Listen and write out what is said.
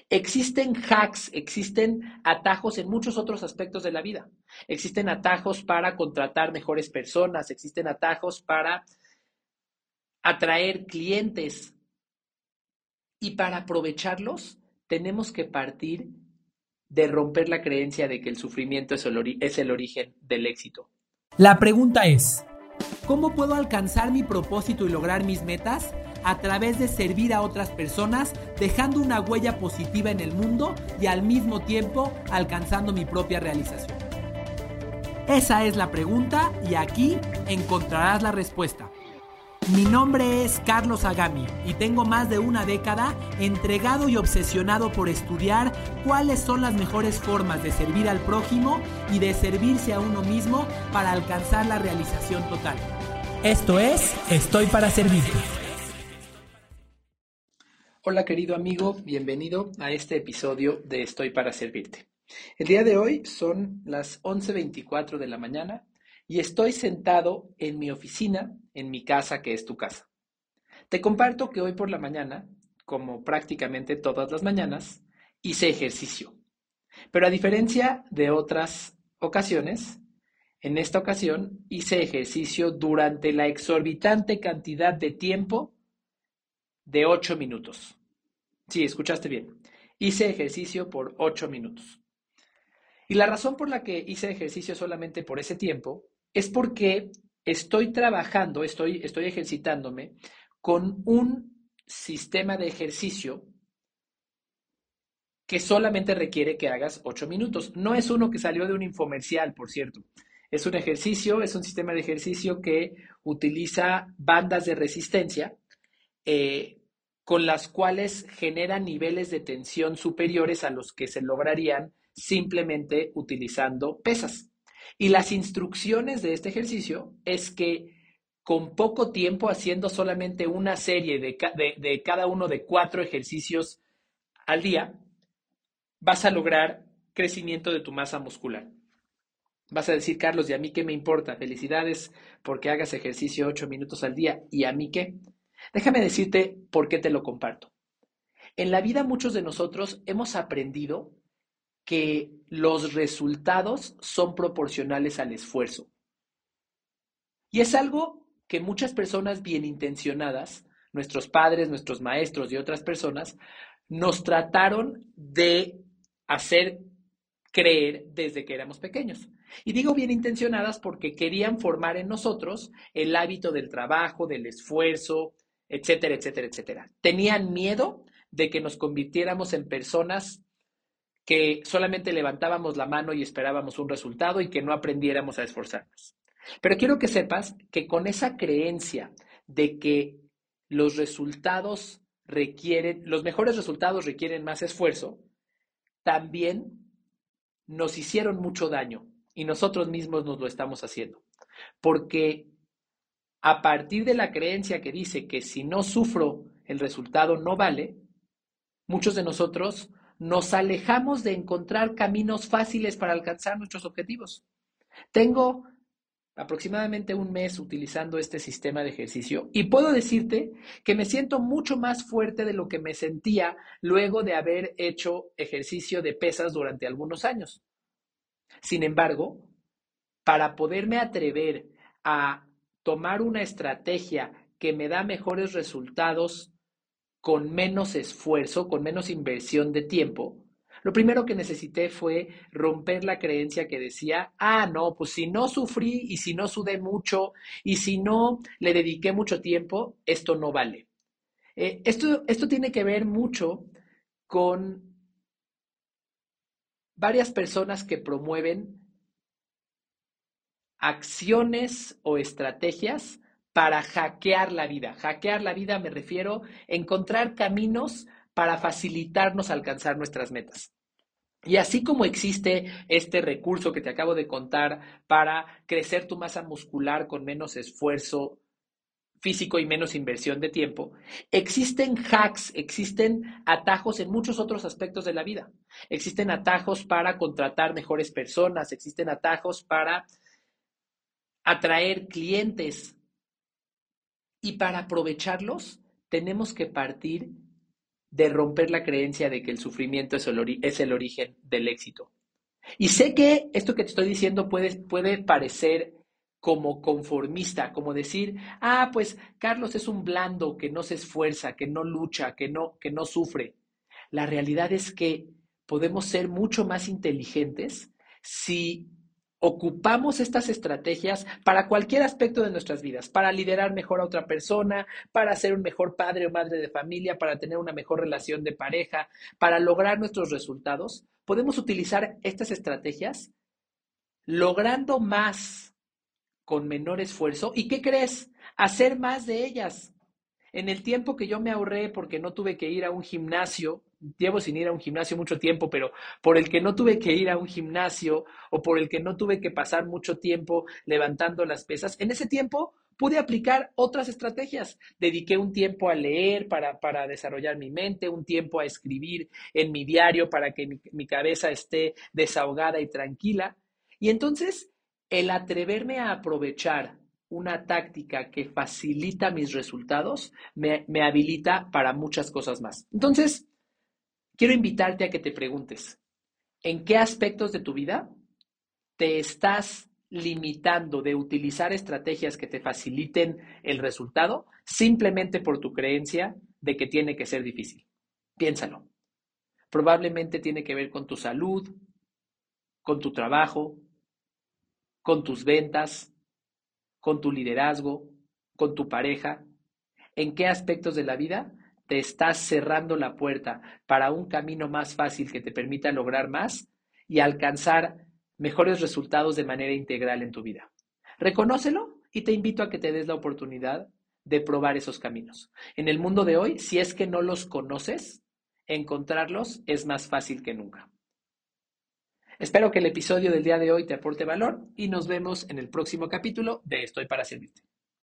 Existen hacks, existen atajos en muchos otros aspectos de la vida. Existen atajos para contratar mejores personas, existen atajos para atraer clientes y para aprovecharlos tenemos que partir de romper la creencia de que el sufrimiento es el origen del éxito. La pregunta es, ¿cómo puedo alcanzar mi propósito y lograr mis metas? A través de servir a otras personas, dejando una huella positiva en el mundo y al mismo tiempo alcanzando mi propia realización. Esa es la pregunta y aquí encontrarás la respuesta. Mi nombre es Carlos Agami y tengo más de una década entregado y obsesionado por estudiar cuáles son las mejores formas de servir al prójimo y de servirse a uno mismo para alcanzar la realización total. Esto es Estoy para Servirte. Hola querido amigo, bienvenido a este episodio de Estoy para Servirte. El día de hoy son las 11:24 de la mañana y estoy sentado en mi oficina, en mi casa que es tu casa. Te comparto que hoy por la mañana, como prácticamente todas las mañanas, hice ejercicio. Pero a diferencia de otras ocasiones, en esta ocasión hice ejercicio durante la exorbitante cantidad de tiempo de 8 minutos. Sí, escuchaste bien. Hice ejercicio por 8 minutos. Y la razón por la que hice ejercicio solamente por ese tiempo es porque estoy trabajando, estoy ejercitándome con un sistema de ejercicio que solamente requiere que hagas 8 minutos. No es uno que salió de un infomercial, por cierto. Es un ejercicio, es un sistema de ejercicio que utiliza bandas de resistencia con las cuales genera niveles de tensión superiores a los que se lograrían simplemente utilizando pesas. Y las instrucciones de este ejercicio es que con poco tiempo, haciendo solamente una serie de cada uno de 4 ejercicios al día, vas a lograr crecimiento de tu masa muscular. Vas a decir, Carlos, ¿y a mí qué me importa? Felicidades porque hagas ejercicio 8 minutos al día. ¿Y a mí qué? Déjame decirte por qué te lo comparto. En la vida muchos de nosotros hemos aprendido que los resultados son proporcionales al esfuerzo. Y es algo que muchas personas bien intencionadas, nuestros padres, nuestros maestros y otras personas, nos trataron de hacer creer desde que éramos pequeños. Y digo bien intencionadas porque querían formar en nosotros el hábito del trabajo, del esfuerzo, etcétera, etcétera, etcétera. Tenían miedo de que nos convirtiéramos en personas que solamente levantábamos la mano y esperábamos un resultado y que no aprendiéramos a esforzarnos. Pero quiero que sepas que con esa creencia de que los mejores resultados requieren más esfuerzo, también nos hicieron mucho daño y nosotros mismos nos lo estamos haciendo. Porque a partir de la creencia que dice que si no sufro, el resultado no vale, muchos de nosotros nos alejamos de encontrar caminos fáciles para alcanzar nuestros objetivos. Tengo aproximadamente un mes utilizando este sistema de ejercicio y puedo decirte que me siento mucho más fuerte de lo que me sentía luego de haber hecho ejercicio de pesas durante algunos años. Sin embargo, para poderme atrever a tomar una estrategia que me da mejores resultados con menos esfuerzo, con menos inversión de tiempo, lo primero que necesité fue romper la creencia que decía, no, pues si no sufrí y si no sudé mucho y si no le dediqué mucho tiempo, esto no vale. Esto tiene que ver mucho con varias personas que promueven acciones o estrategias para hackear la vida. Hackear la vida me refiero a encontrar caminos para facilitarnos alcanzar nuestras metas. Y así como existe este recurso que te acabo de contar para crecer tu masa muscular con menos esfuerzo físico y menos inversión de tiempo, existen hacks, existen atajos en muchos otros aspectos de la vida. Existen atajos para contratar mejores personas, existen atajos para atraer clientes y para aprovecharlos tenemos que partir de romper la creencia de que el sufrimiento es el origen del éxito. Y sé que esto que te estoy diciendo puede parecer como conformista, como decir, pues Carlos es un blando que no se esfuerza, que no lucha, que no sufre. La realidad es que podemos ser mucho más inteligentes si ocupamos estas estrategias para cualquier aspecto de nuestras vidas, para liderar mejor a otra persona, para ser un mejor padre o madre de familia, para tener una mejor relación de pareja, para lograr nuestros resultados. Podemos utilizar estas estrategias logrando más con menor esfuerzo. ¿Y qué crees? Hacer más de ellas. En el tiempo que yo me ahorré porque no tuve que ir a un gimnasio, llevo sin ir a un gimnasio mucho tiempo, pero por el que no tuve que ir a un gimnasio o por el que no tuve que pasar mucho tiempo levantando las pesas, en ese tiempo pude aplicar otras estrategias. Dediqué un tiempo a leer para desarrollar mi mente, un tiempo a escribir en mi diario para que mi cabeza esté desahogada y tranquila. Y entonces, el atreverme a aprovechar una táctica que facilita mis resultados me habilita para muchas cosas más. Entonces, quiero invitarte a que te preguntes, ¿en qué aspectos de tu vida te estás limitando de utilizar estrategias que te faciliten el resultado simplemente por tu creencia de que tiene que ser difícil? Piénsalo. Probablemente tiene que ver con tu salud, con tu trabajo, con tus ventas, con tu liderazgo, con tu pareja. ¿En qué aspectos de la vida te estás cerrando la puerta para un camino más fácil que te permita lograr más y alcanzar mejores resultados de manera integral en tu vida? Reconócelo y te invito a que te des la oportunidad de probar esos caminos. En el mundo de hoy, si es que no los conoces, encontrarlos es más fácil que nunca. Espero que el episodio del día de hoy te aporte valor y nos vemos en el próximo capítulo de Estoy para Servirte.